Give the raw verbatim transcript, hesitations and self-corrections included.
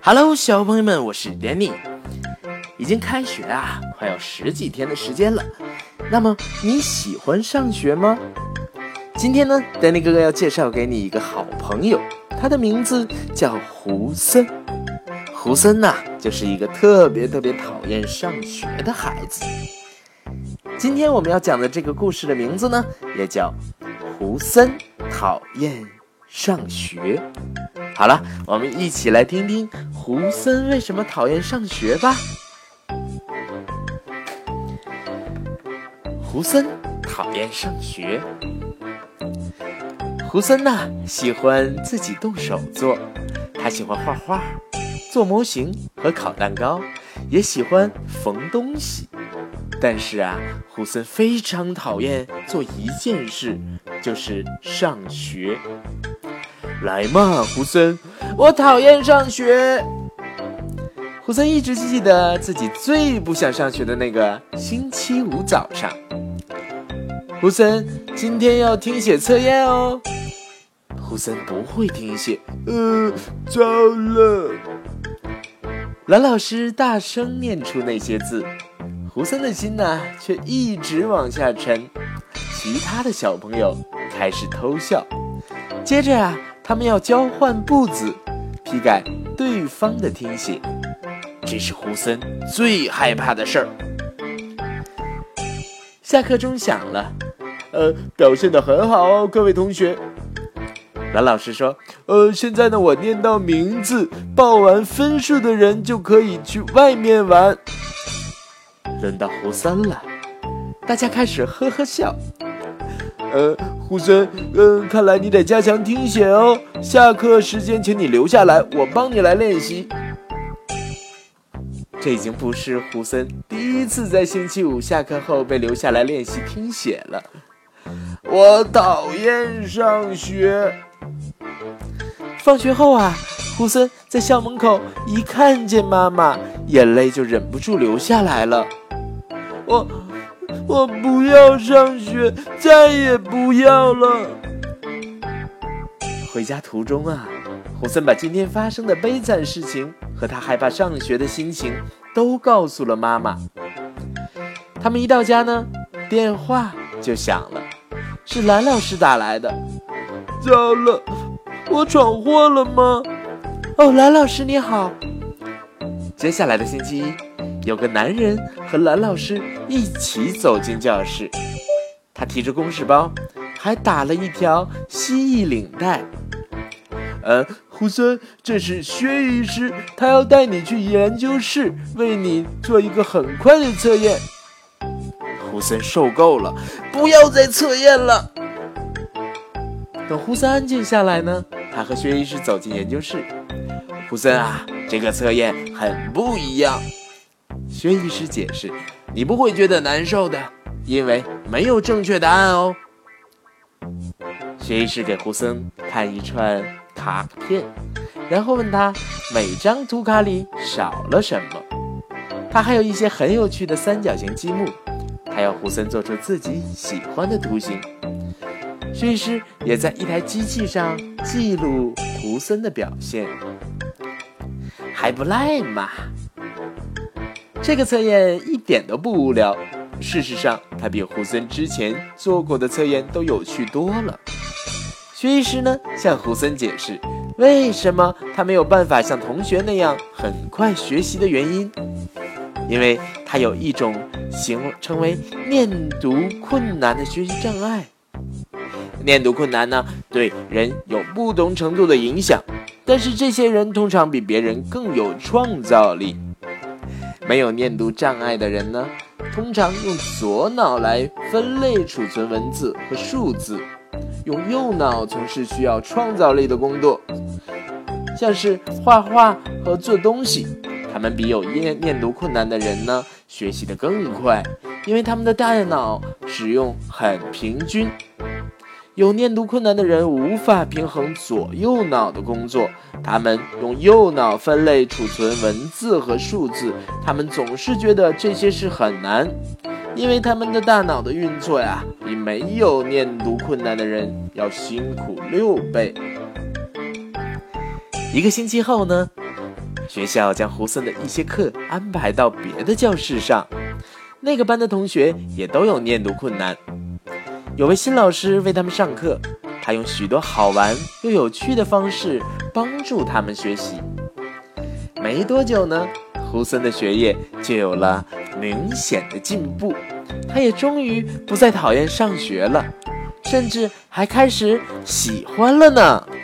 Hello， 小朋友们，我是 Danny。已经开学啊，快要十几天的时间了。那么你喜欢上学吗？今天呢 ，Danny 哥哥要介绍给你一个好朋友，他的名字叫胡森。胡森呐、啊，就是一个特别特别讨厌上学的孩子。今天我们要讲的这个故事的名字呢，也叫胡森讨厌上学。好了，我们一起来听听胡森为什么讨厌上学吧。胡森讨厌上学。胡森呐，喜欢自己动手做，他喜欢画画、做模型和烤蛋糕，也喜欢缝东西。但是啊，胡森非常讨厌做一件事，就是上学。来嘛，胡森，我讨厌上学。胡森一直记得自己最不想上学的那个星期五早上。胡森，今天要听写测验哦。胡森不会听写，呃，糟了。蓝老师大声念出那些字，胡森的心呢，却一直往下沉。其他的小朋友开始偷笑，接着啊，他们要交换簿子，批改对方的听写。这是胡森最害怕的事儿。下课钟响了，呃，表现得很好哦，各位同学。蓝老师说，呃，现在呢，我念到名字，报完分数的人就可以去外面玩。轮到胡森了，大家开始呵呵笑。呃，胡森，嗯、呃，看来你得加强听写哦。下课时间，请你留下来，我帮你来练习。这已经不是胡森第一次在星期五下课后被留下来练习听写了。我讨厌上学。放学后啊，胡森在校门口一看见妈妈，眼泪就忍不住流下来了。我我不要上学，再也不要了。回家途中啊，胡森把今天发生的悲惨事情和他害怕上学的心情都告诉了妈妈。他们一到家呢，电话就响了，是蓝老师打来的。糟了，我闯祸了吗？哦，蓝老师你好。接下来的星期一，有个男人和蓝老师一起走进教室，他提着公事包，还打了一条蜥蜴领带。呃，胡森，这是薛医师，他要带你去研究室，为你做一个很快的测验。胡森受够了，不要再测验了。等胡森安静下来呢，他和薛医师走进研究室。胡森啊，这个测验很不一样。薛医师解释，你不会觉得难受的，因为没有正确答案哦。薛医师给胡森看一串卡片，然后问他每张图卡里少了什么。他还有一些很有趣的三角形积木，他要胡森做出自己喜欢的图形。薛医师也在一台机器上记录胡森的表现。还不赖嘛。这个测验一点都不无聊，事实上它比胡森之前做过的测验都有趣多了。薛医师呢，向胡森解释为什么他没有办法像同学那样很快学习的原因。因为他有一种形称为念读困难的学习障碍。念读困难呢，对人有不同程度的影响，但是这些人通常比别人更有创造力。没有念读障碍的人呢，通常用左脑来分类储存文字和数字，用右脑从事需要创造力的工作，像是画画和做东西。他们比有念念读困难的人呢，学习得更快，因为他们的大脑使用很平均。有念读困难的人无法平衡左右脑的工作，他们用右脑分类储存文字和数字，他们总是觉得这些事很难，因为他们的大脑的运作呀，比没有念读困难的人要辛苦六倍。一个星期后呢， 学校将胡森的一些课安排到别的教室上，那个班的同学也都有念读困难。有位新老师为他们上课，他用许多好玩又有趣的方式帮助他们学习。没多久呢，胡森的学业就有了明显的进步，他也终于不再讨厌上学了，甚至还开始喜欢了呢。